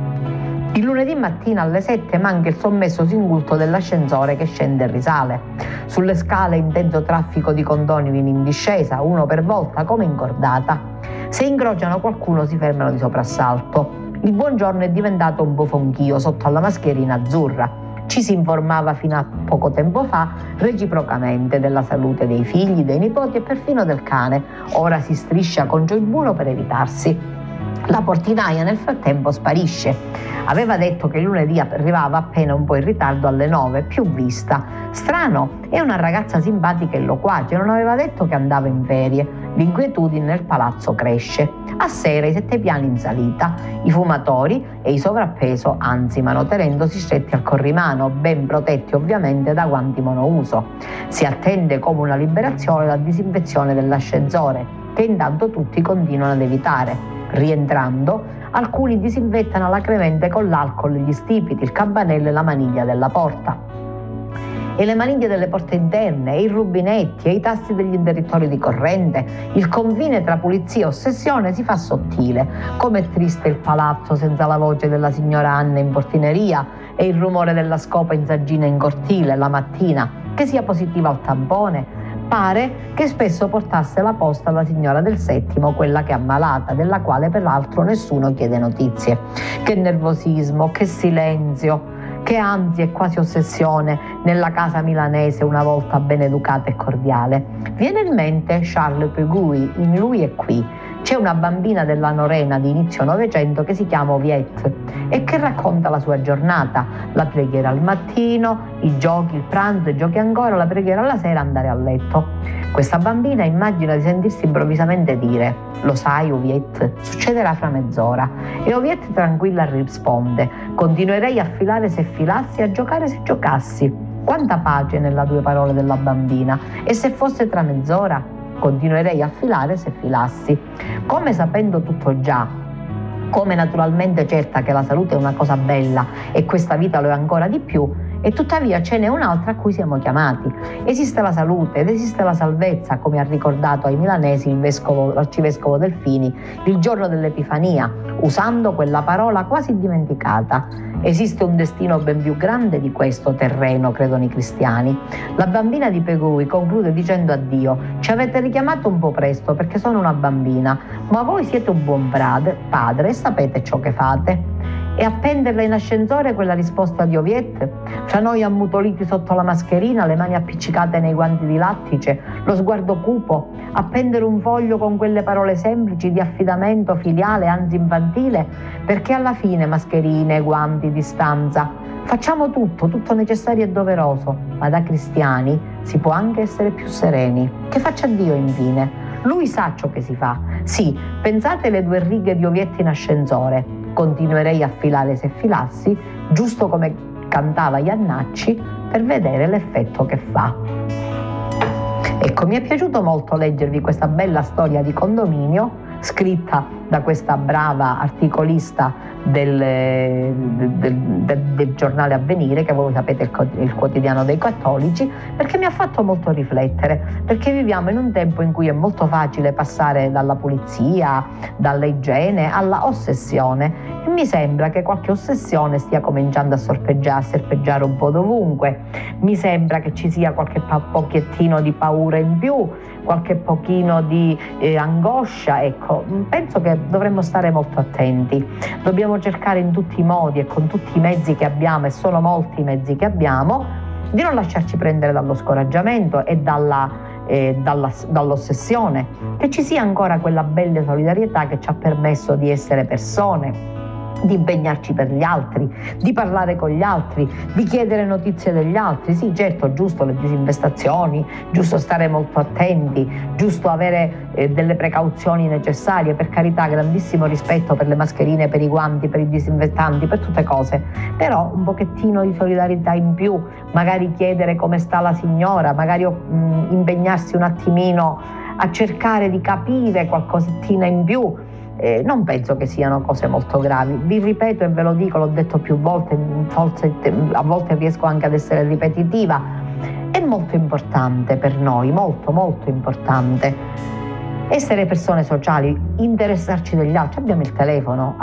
Il lunedì mattina alle 7 manca il sommesso singulto dell'ascensore che scende e risale. Sulle scale intenso traffico di condomini in discesa, uno per volta come in cordata. Se incrociano qualcuno si fermano di soprassalto. Il buongiorno è diventato un bofonchio sotto alla mascherina azzurra. Ci si informava fino a poco tempo fa reciprocamente della salute dei figli, dei nipoti e perfino del cane. Ora si striscia con Gioiburo per evitarsi. La portinaia nel frattempo sparisce. Aveva detto che lunedì arrivava appena un po' in ritardo alle 9, più vista. Strano, è una ragazza simpatica e loquace, non aveva detto che andava in ferie. L'inquietudine nel palazzo cresce. A sera i 7 piani in salita, i fumatori e i sovrappeso ansimano, tenendosi stretti al corrimano, ben protetti ovviamente da guanti monouso. Si attende come una liberazione la disinfezione dell'ascensore, che intanto tutti continuano ad evitare. Rientrando, alcuni disinfettano alacremente con l'alcol gli stipiti, il campanello e la maniglia della porta. E le maniglie delle porte interne, e i rubinetti, e i tasti degli interruttori di corrente. Il confine tra pulizia e ossessione si fa sottile. Com'è triste il palazzo senza la voce della signora Anna in portineria e il rumore della scopa in saggina in cortile la mattina, che sia positiva al tampone. Pare che spesso portasse la posta la signora del 7°, quella che è ammalata, della quale peraltro nessuno chiede notizie. Che nervosismo, che silenzio, che ansia e quasi ossessione nella casa milanese una volta ben educata e cordiale. Viene in mente Charles Pegouy in Lui è qui. C'è una bambina della Norena di inizio Novecento che si chiama Oviette e che racconta la sua giornata, la preghiera al mattino, i giochi, il pranzo, i giochi ancora, la preghiera alla sera, andare a letto. Questa bambina immagina di sentirsi improvvisamente dire: lo sai Oviette, succederà fra mezz'ora. E Oviette tranquilla risponde: continuerei a filare se filassi, a giocare se giocassi. Quanta pace nelle 2 parole della bambina. E se fosse tra mezz'ora? Continuerei a filare se filassi. Come sapendo tutto già, come naturalmente certa che la salute è una cosa bella e questa vita lo è ancora di più, e tuttavia ce n'è un'altra a cui siamo chiamati. Esiste la salute ed esiste la salvezza, come ha ricordato ai milanesi l'arcivescovo Delfini il giorno dell'Epifania, usando quella parola quasi dimenticata. Esiste un destino ben più grande di questo terreno, credono i cristiani. La bambina di Pegouy conclude dicendo a Dio: ci avete richiamato un po' presto perché sono una bambina, ma voi siete un buon padre e sapete ciò che fate. E appenderla in ascensore quella risposta di Oviette, fra noi ammutoliti sotto la mascherina, le mani appiccicate nei guanti di lattice, lo sguardo cupo, appendere un foglio con quelle parole semplici di affidamento filiale, anzi infantile, perché alla fine mascherine, guanti, distanza, facciamo tutto necessario e doveroso, ma da cristiani si può anche essere più sereni. Che faccia Dio infine? Lui sa ciò che si fa. Sì, pensate le 2 righe di Oviette in ascensore: continuerei a filare se filassi, giusto come cantava Iannacci, per vedere l'effetto che fa. Ecco, mi è piaciuto molto leggervi questa bella storia di condominio scritta da questa brava articolista del giornale Avvenire, che voi sapete il quotidiano dei cattolici, perché mi ha fatto molto riflettere, perché viviamo in un tempo in cui è molto facile passare dalla pulizia, dalla igiene alla ossessione, e mi sembra che qualche ossessione stia cominciando a serpeggiare un po' dovunque. Mi sembra che ci sia qualche pochettino di paura in più, qualche pochino di angoscia. Ecco, penso che dovremmo stare molto attenti. Dobbiamo cercare in tutti i modi e con tutti i mezzi che abbiamo, e sono molti i mezzi che abbiamo, di non lasciarci prendere dallo scoraggiamento e dall'ossessione, che ci sia ancora quella bella solidarietà che ci ha permesso di essere persone, di impegnarci per gli altri, di parlare con gli altri, di chiedere notizie degli altri. Sì, certo, giusto le disinfestazioni, giusto stare molto attenti, giusto avere delle precauzioni necessarie, per carità, grandissimo rispetto per le mascherine, per i guanti, per i disinfettanti, per tutte cose, però un pochettino di solidarietà in più, magari chiedere come sta la signora, magari impegnarsi un attimino a cercare di capire qualcosettina in più. Non penso che siano cose molto gravi, vi ripeto e ve lo dico, l'ho detto più volte, forse a volte riesco anche ad essere ripetitiva, è molto importante per noi, molto molto importante essere persone sociali, interessarci degli altri. Abbiamo il telefono,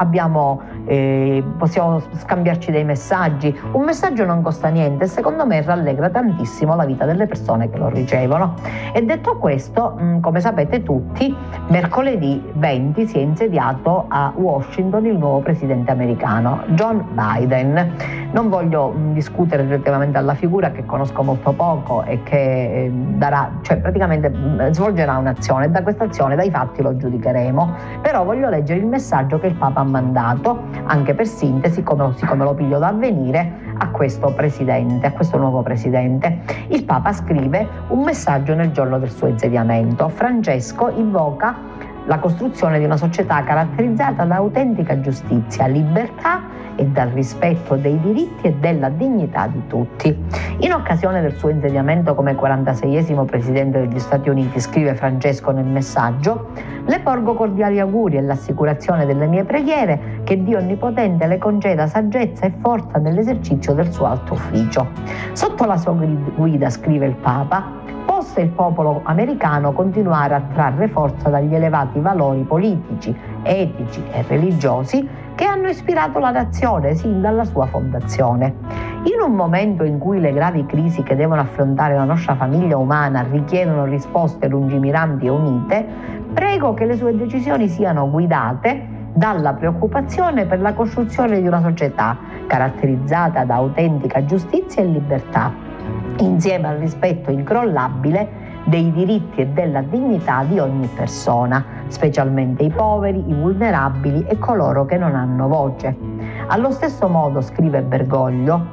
possiamo scambiarci dei messaggi, un messaggio non costa niente e secondo me rallegra tantissimo la vita delle persone che lo ricevono. E detto questo, come sapete tutti, mercoledì 20 si è insediato a Washington il nuovo presidente americano, John Biden. Non voglio discutere relativamente alla figura, che conosco molto poco e che praticamente svolgerà un'azione, e da questa azione, dai fatti lo giudicheremo, però voglio leggere il messaggio che il Papa ha mandato, anche per sintesi, siccome lo piglio da Avvenire, a questo presidente, a questo nuovo presidente. Il Papa scrive un messaggio nel giorno del suo insediamento. Francesco invoca la costruzione di una società caratterizzata da autentica giustizia, libertà e dal rispetto dei diritti e della dignità di tutti. In occasione del suo insediamento come 46esimo presidente degli Stati Uniti, scrive Francesco nel messaggio, le porgo cordiali auguri e l'assicurazione delle mie preghiere che Dio Onnipotente le conceda saggezza e forza nell'esercizio del suo alto ufficio. Sotto la sua guida, scrive il Papa, possa il popolo americano continuare a trarre forza dagli elevati valori politici, etici e religiosi che hanno ispirato la nazione sin dalla sua fondazione. In un momento in cui le gravi crisi che devono affrontare la nostra famiglia umana richiedono risposte lungimiranti e unite, prego che le sue decisioni siano guidate dalla preoccupazione per la costruzione di una società caratterizzata da autentica giustizia e libertà, insieme al rispetto incrollabile dei diritti e della dignità di ogni persona, specialmente i poveri, i vulnerabili e coloro che non hanno voce. Allo stesso modo, scrive Bergoglio,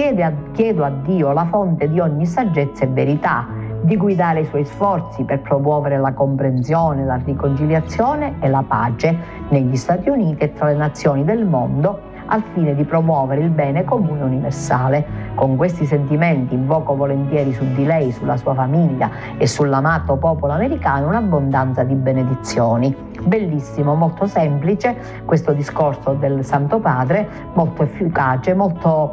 chiedo a Dio, la fonte di ogni saggezza e verità, di guidare i suoi sforzi per promuovere la comprensione, la riconciliazione e la pace negli Stati Uniti e tra le nazioni del mondo, al fine di promuovere il bene comune universale. Con questi sentimenti invoco volentieri su di lei, sulla sua famiglia e sull'amato popolo americano un'abbondanza di benedizioni. Bellissimo, molto semplice questo discorso del Santo Padre, molto efficace, molto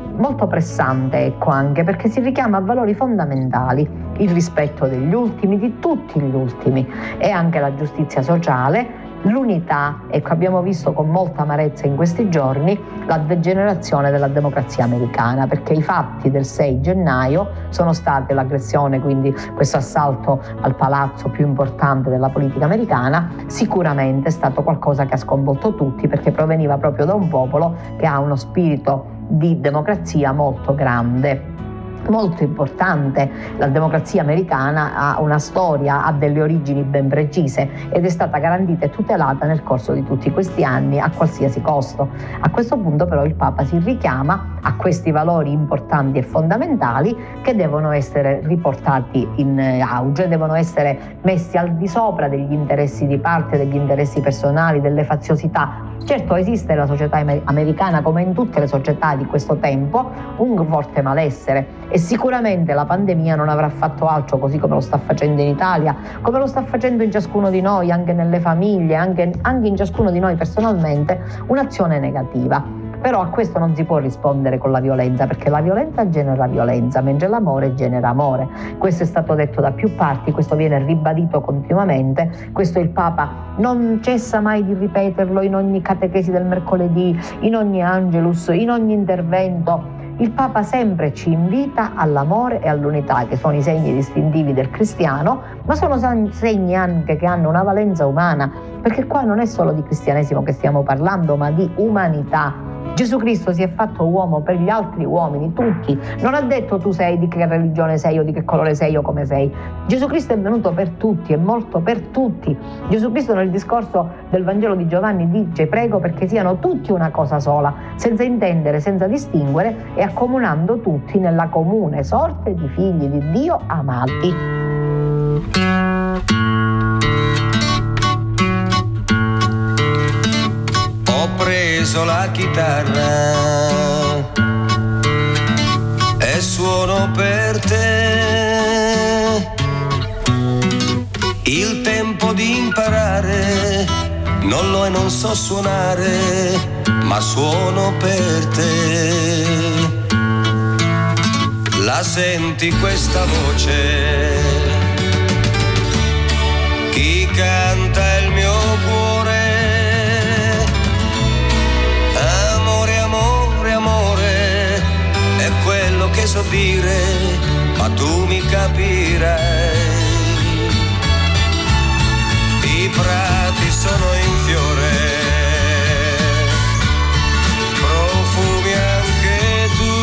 pressante, ecco, anche perché si richiama a valori fondamentali: il rispetto degli ultimi, di tutti gli ultimi, e anche la giustizia sociale, l'unità. Ecco, abbiamo visto con molta amarezza in questi giorni la degenerazione della democrazia americana, perché i fatti del 6 gennaio sono state l'aggressione, quindi questo assalto al palazzo più importante della politica americana, sicuramente è stato qualcosa che ha sconvolto tutti, perché proveniva proprio da un popolo che ha uno spirito di democrazia molto grande, molto importante. La democrazia americana ha una storia, ha delle origini ben precise ed è stata garantita e tutelata nel corso di tutti questi anni a qualsiasi costo. A questo punto però il Papa si richiama a questi valori importanti e fondamentali che devono essere riportati in auge, devono essere messi al di sopra degli interessi di parte, degli interessi personali, delle faziosità. Certo, esiste nella società americana, come in tutte le società di questo tempo, un forte malessere, e sicuramente la pandemia non avrà fatto altro, così come lo sta facendo in Italia, come lo sta facendo in ciascuno di noi, anche nelle famiglie, anche in ciascuno di noi personalmente, un'azione negativa. Però a questo non si può rispondere con la violenza, perché la violenza genera violenza, mentre l'amore genera amore. Questo è stato detto da più parti, questo viene ribadito continuamente, questo il Papa non cessa mai di ripeterlo in ogni catechesi del mercoledì, in ogni Angelus, in ogni intervento. Il Papa sempre ci invita all'amore e all'unità, che sono i segni distintivi del cristiano, ma sono segni anche che hanno una valenza umana, perché qua non è solo di cristianesimo che stiamo parlando, ma di umanità. Gesù Cristo si è fatto uomo per gli altri uomini, tutti. Non ha detto tu sei di che religione sei o di che colore sei o come sei. Gesù Cristo è venuto per tutti, è morto per tutti. Gesù Cristo nel discorso del Vangelo di Giovanni dice: prego perché siano tutti una cosa sola, senza intendere, senza distinguere e accomunando tutti nella comune sorte di figli di Dio amati. Ho preso la chitarra e suono per te. Il tempo di imparare non lo è, non so suonare, ma suono per te. La senti questa voce? Chi canta il mio cuore? È quello che so dire, ma tu mi capirai. I prati sono in fiore, profumi anche tu.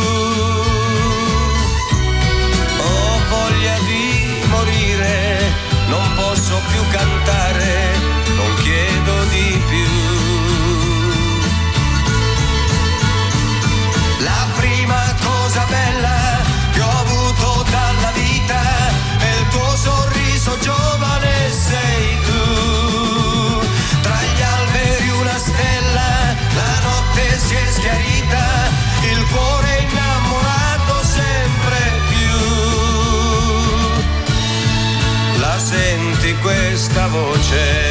Ho voglia di morire, non posso più cantare, non chiedo di più. La prima cosa bella che ho avuto dalla vita è il tuo sorriso giovane, sei tu. Tra gli alberi una stella, la notte si è schiarita, il cuore innamorato sempre più. La senti questa voce?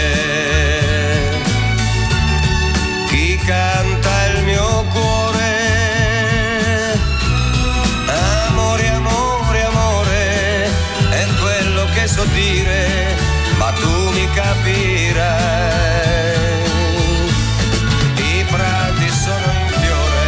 Chi canta il mio cuore? Che so dire, ma tu mi capirai. I prati sono in fiore.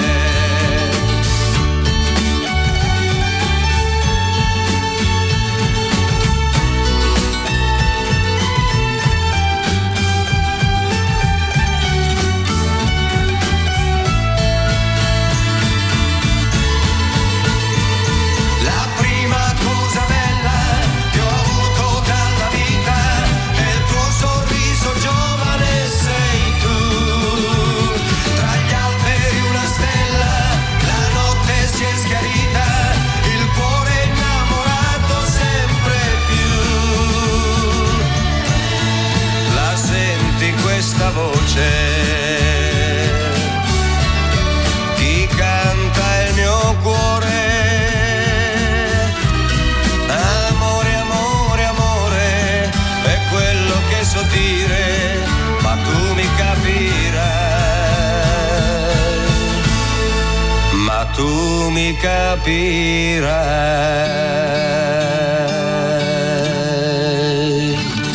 La prima cosa bella che ho avuto dalla vita è il tuo sorriso giovane, sei tu. Tra gli alberi una stella, la notte si è schiarita, il cuore innamorato sempre più. La senti questa voce? Chi canta il mio cuore? So dire, ma tu mi capirai, ma tu mi capirai.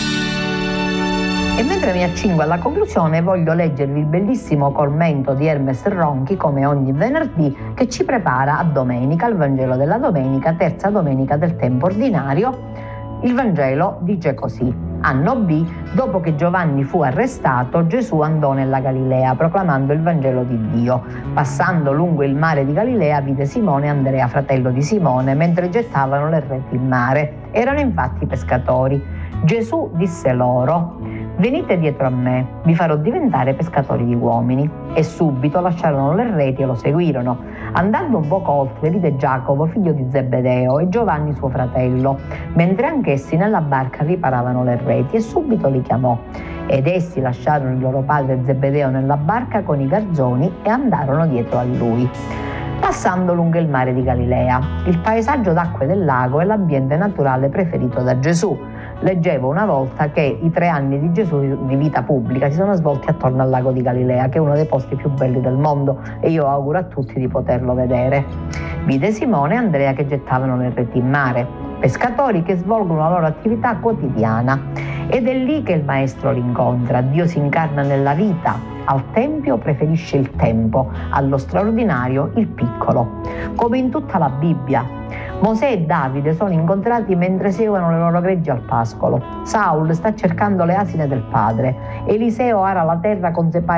E mentre mi accingo alla conclusione voglio leggervi il bellissimo commento di Hermes Ronchi, come ogni venerdì, che ci prepara a domenica, al Vangelo della domenica, terza domenica del tempo ordinario. Il Vangelo dice così: Anno B, dopo che Giovanni fu arrestato, Gesù andò nella Galilea proclamando il Vangelo di Dio. Passando lungo il mare di Galilea vide Simone e Andrea, fratello di Simone, mentre gettavano le reti in mare. Erano infatti pescatori. Gesù disse loro: venite dietro a me, vi farò diventare pescatori di uomini. E subito lasciarono le reti e lo seguirono. Andando un poco oltre vide Giacomo, figlio di Zebedeo, e Giovanni suo fratello, mentre anch'essi nella barca riparavano le reti, e subito li chiamò. Ed essi lasciarono il loro padre Zebedeo nella barca con i garzoni e andarono dietro a lui. Passando lungo il mare di Galilea, il paesaggio d'acque del lago è l'ambiente naturale preferito da Gesù. Leggevo una volta che i 3 anni di Gesù di vita pubblica si sono svolti attorno al lago di Galilea, che è uno dei posti più belli del mondo, e io auguro a tutti di poterlo vedere. Vide Simone e Andrea che gettavano le reti in mare, pescatori che svolgono la loro attività quotidiana. Ed è lì che il Maestro li incontra. Dio si incarna nella vita. Al tempio preferisce il tempo, allo straordinario il piccolo. Come in tutta la Bibbia. Mosè e Davide sono incontrati mentre seguono le loro greggi al pascolo. Saul sta cercando le asine del padre. Eliseo ara la terra con 6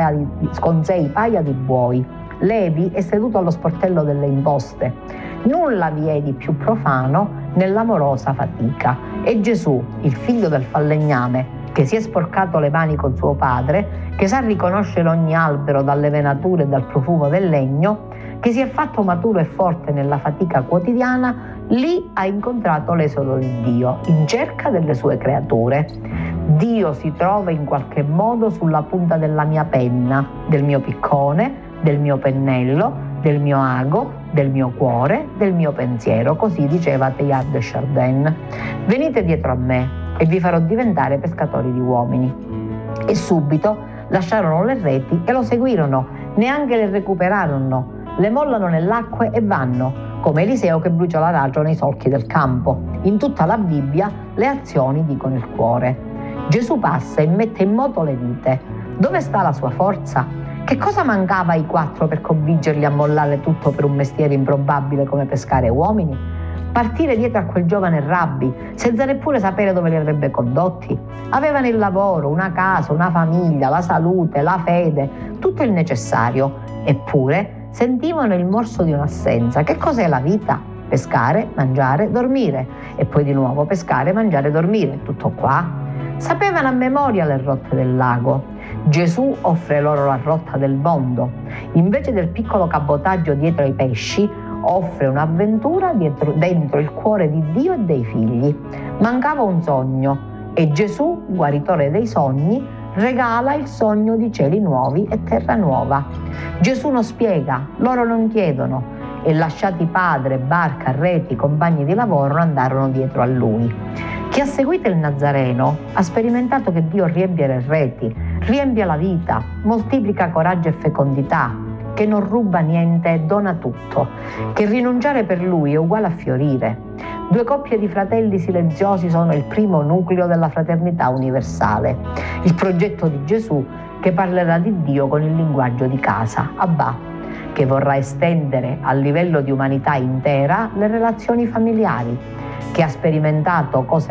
paia di buoi. Levi è seduto allo sportello delle imposte. Nulla vi è di più profano nell'amorosa fatica. E Gesù, il figlio del falegname, che si è sporcato le mani con suo padre, che sa riconoscere ogni albero dalle venature e dal profumo del legno, che si è fatto maturo e forte nella fatica quotidiana, lì ha incontrato l'esodo di Dio, in cerca delle sue creature. Dio si trova in qualche modo sulla punta della mia penna, del mio piccone, del mio pennello, del mio ago, del mio cuore, del mio pensiero. Così diceva Teilhard de Chardin. Venite dietro a me e vi farò diventare pescatori di uomini. E subito lasciarono le reti e lo seguirono, neanche le recuperarono, le mollano nell'acqua e vanno, come Eliseo che brucia l'arancio nei solchi del campo. In tutta la Bibbia le azioni dicono il cuore. Gesù passa e mette in moto le vite. Dove sta la sua forza? Che cosa mancava ai 4 per convincerli a mollare tutto per un mestiere improbabile come pescare uomini? Partire dietro a quel giovane rabbi, senza neppure sapere dove li avrebbe condotti. Avevano il lavoro, una casa, una famiglia, la salute, la fede, tutto il necessario. Eppure sentivano il morso di un'assenza. Che cos'è la vita? Pescare, mangiare, dormire. E poi di nuovo pescare, mangiare, dormire. Tutto qua. Sapevano a memoria le rotte del lago. Gesù offre loro la rotta del mondo. Invece del piccolo cabotaggio dietro ai pesci, offre un'avventura dentro il cuore di Dio e dei figli. Mancava un sogno e Gesù, guaritore dei sogni, regala il sogno di cieli nuovi e terra nuova. Gesù non spiega, loro non chiedono e lasciati padre, barca, reti, compagni di lavoro andarono dietro a lui. Chi ha seguito il Nazareno ha sperimentato che Dio riempie le reti, riempie la vita, moltiplica coraggio e fecondità, che non ruba niente e dona tutto, che rinunciare per lui è uguale a fiorire. 2 coppie di fratelli silenziosi sono il primo nucleo della fraternità universale, il progetto di Gesù che parlerà di Dio con il linguaggio di casa, Abba, che vorrà estendere a livello di umanità intera le relazioni familiari, che ha sperimentato cose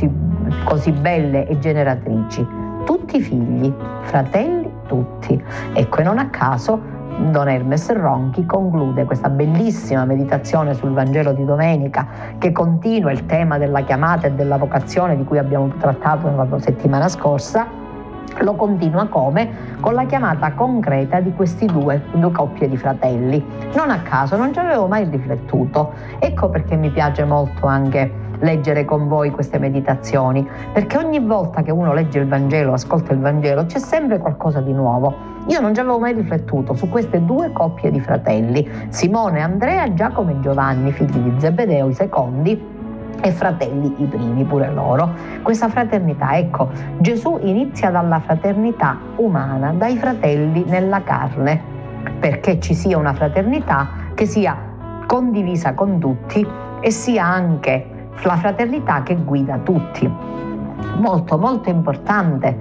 così belle e generatrici, tutti figli, fratelli tutti. Ecco, e non a caso Don Hermes Ronchi conclude questa bellissima meditazione sul Vangelo di domenica, che continua il tema della chiamata e della vocazione di cui abbiamo trattato la settimana scorsa. Lo continua con la chiamata concreta di questi due coppie di fratelli. Non a caso, non ci avevo mai riflettuto. Ecco perché mi piace molto anche leggere con voi queste meditazioni, perché ogni volta che uno legge il Vangelo, ascolta il Vangelo, c'è sempre qualcosa di nuovo. Io non ci avevo mai riflettuto su queste 2 coppie di fratelli, Simone, Andrea, Giacomo e Giovanni, figli di Zebedeo, i secondi, e fratelli i primi pure loro. Questa fraternità, ecco, Gesù inizia dalla fraternità umana, dai fratelli nella carne, perché ci sia una fraternità che sia condivisa con tutti e sia anche la fraternità che guida tutti. Molto molto importante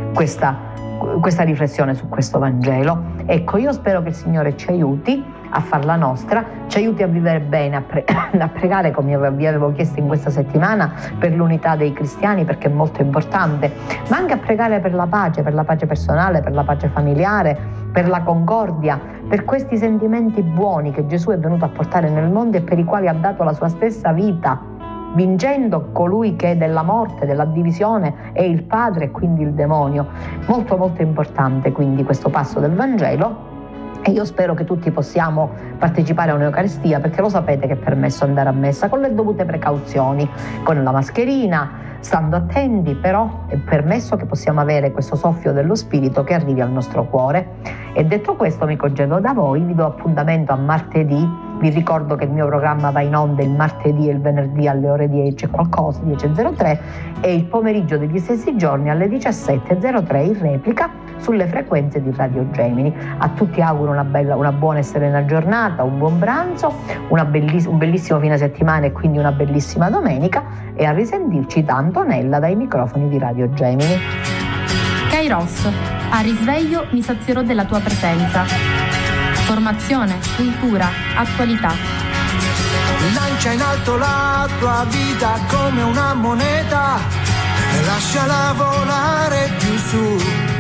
questa riflessione su questo Vangelo. Ecco, io spero che il Signore ci aiuti a farla nostra, ci aiuti a vivere bene, a pregare come vi avevo chiesto in questa settimana per l'unità dei cristiani, perché è molto importante, ma anche a pregare per la pace personale, per la pace familiare, per la concordia, per questi sentimenti buoni che Gesù è venuto a portare nel mondo e per i quali ha dato la sua stessa vita, vincendo colui che della morte, della divisione è il padre e quindi il demonio. Molto molto importante quindi questo passo del Vangelo, e io spero che tutti possiamo partecipare a un'Eucaristia, perché lo sapete che è permesso andare a messa con le dovute precauzioni, con la mascherina, stando attenti, però è permesso che possiamo avere questo soffio dello Spirito che arrivi al nostro cuore. E detto questo mi congedo da voi, vi do appuntamento a martedì. Vi ricordo che il mio programma va in onda il martedì e il venerdì alle ore 10 qualcosa, 10.03, e il pomeriggio degli stessi giorni alle 17.03 in replica sulle frequenze di Radio Gemini. A tutti auguro una buona e serena giornata, un buon pranzo, un bellissimo fine settimana e quindi una bellissima domenica, e a risentirci da Antonella dai microfoni di Radio Gemini. Kairos, a risveglio mi sazierò della tua presenza. Formazione, cultura, attualità. Lancia in alto la tua vita come una moneta e lasciala volare più su.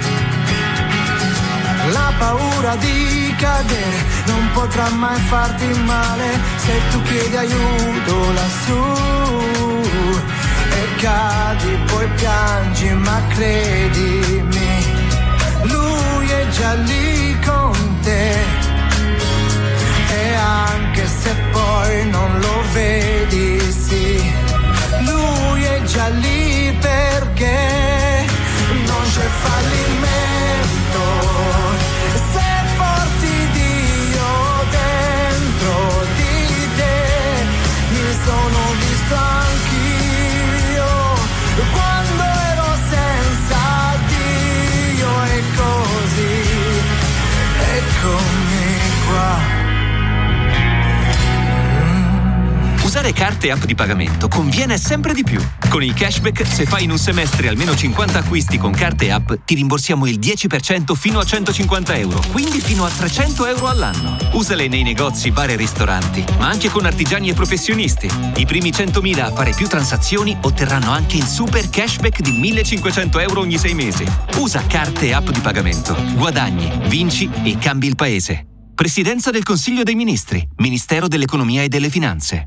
La paura di cadere non potrà mai farti male se tu chiedi aiuto lassù. E cadi, poi piangi, ma credimi, lui è già lì con te. E anche se poi non lo vedi, sì, lui è già lì perché non c'è fallimento se porti Dio dentro di te. Mi sono visto anch'io quando ero senza Dio, e così eccomi qua. Usare carte e app di pagamento conviene sempre di più. Con il cashback, se fai in un semestre almeno 50 acquisti con carte e app, ti rimborsiamo il 10% fino a 150 euro, quindi fino a 300 euro all'anno. Usale nei negozi, bar e ristoranti, ma anche con artigiani e professionisti. I primi 100.000 a fare più transazioni otterranno anche il super cashback di 1.500 euro ogni 6 mesi. Usa carte e app di pagamento. Guadagni, vinci e cambi il paese. Presidenza del Consiglio dei Ministri, Ministero dell'Economia e delle Finanze.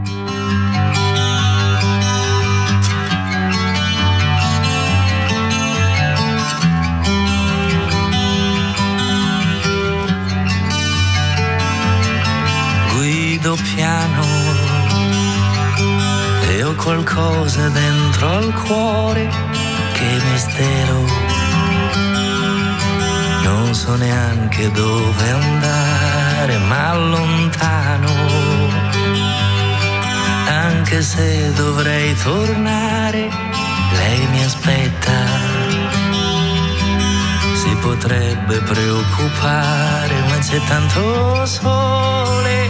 Guido piano e ho qualcosa dentro al cuore, che mistero. Non so neanche dove andare, ma lontano. Anche se dovrei tornare, lei mi aspetta. Si potrebbe preoccupare, ma c'è tanto sole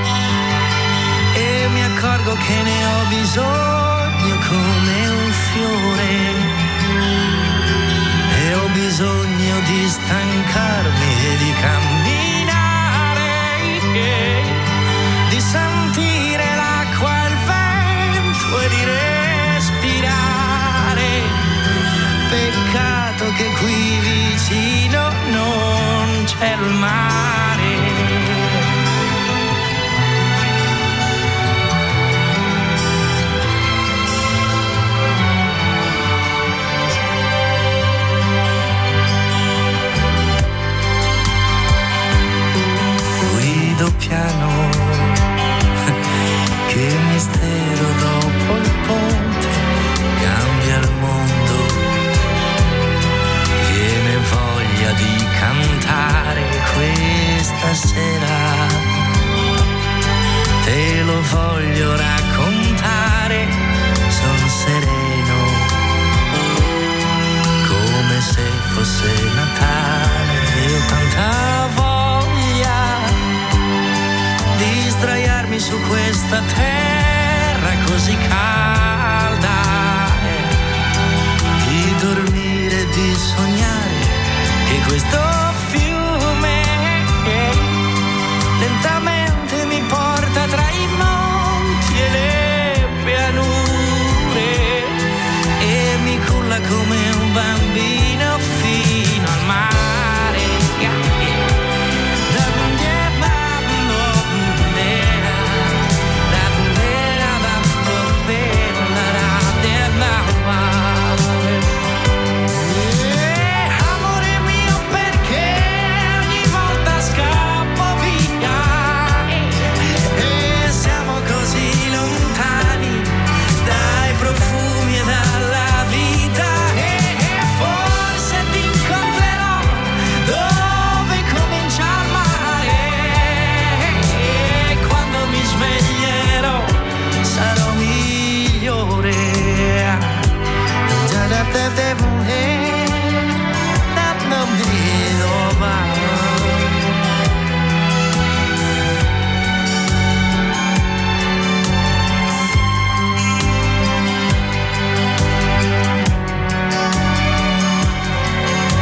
e mi accorgo che ne ho bisogno come un fiore. E ho bisogno di stancarmi e di camminare, di sentire l'acqua e il vento e di respirare. Peccato che qui vicino non c'è il mare. Piano, che mistero dopo il ponte cambia il mondo, viene voglia di cantare questa sera, te lo voglio raccontare, son sereno, come se fosse Natale, e ho tanta voglia di sdraiarmi su questa terra così calda, di dormire e di sognare che questo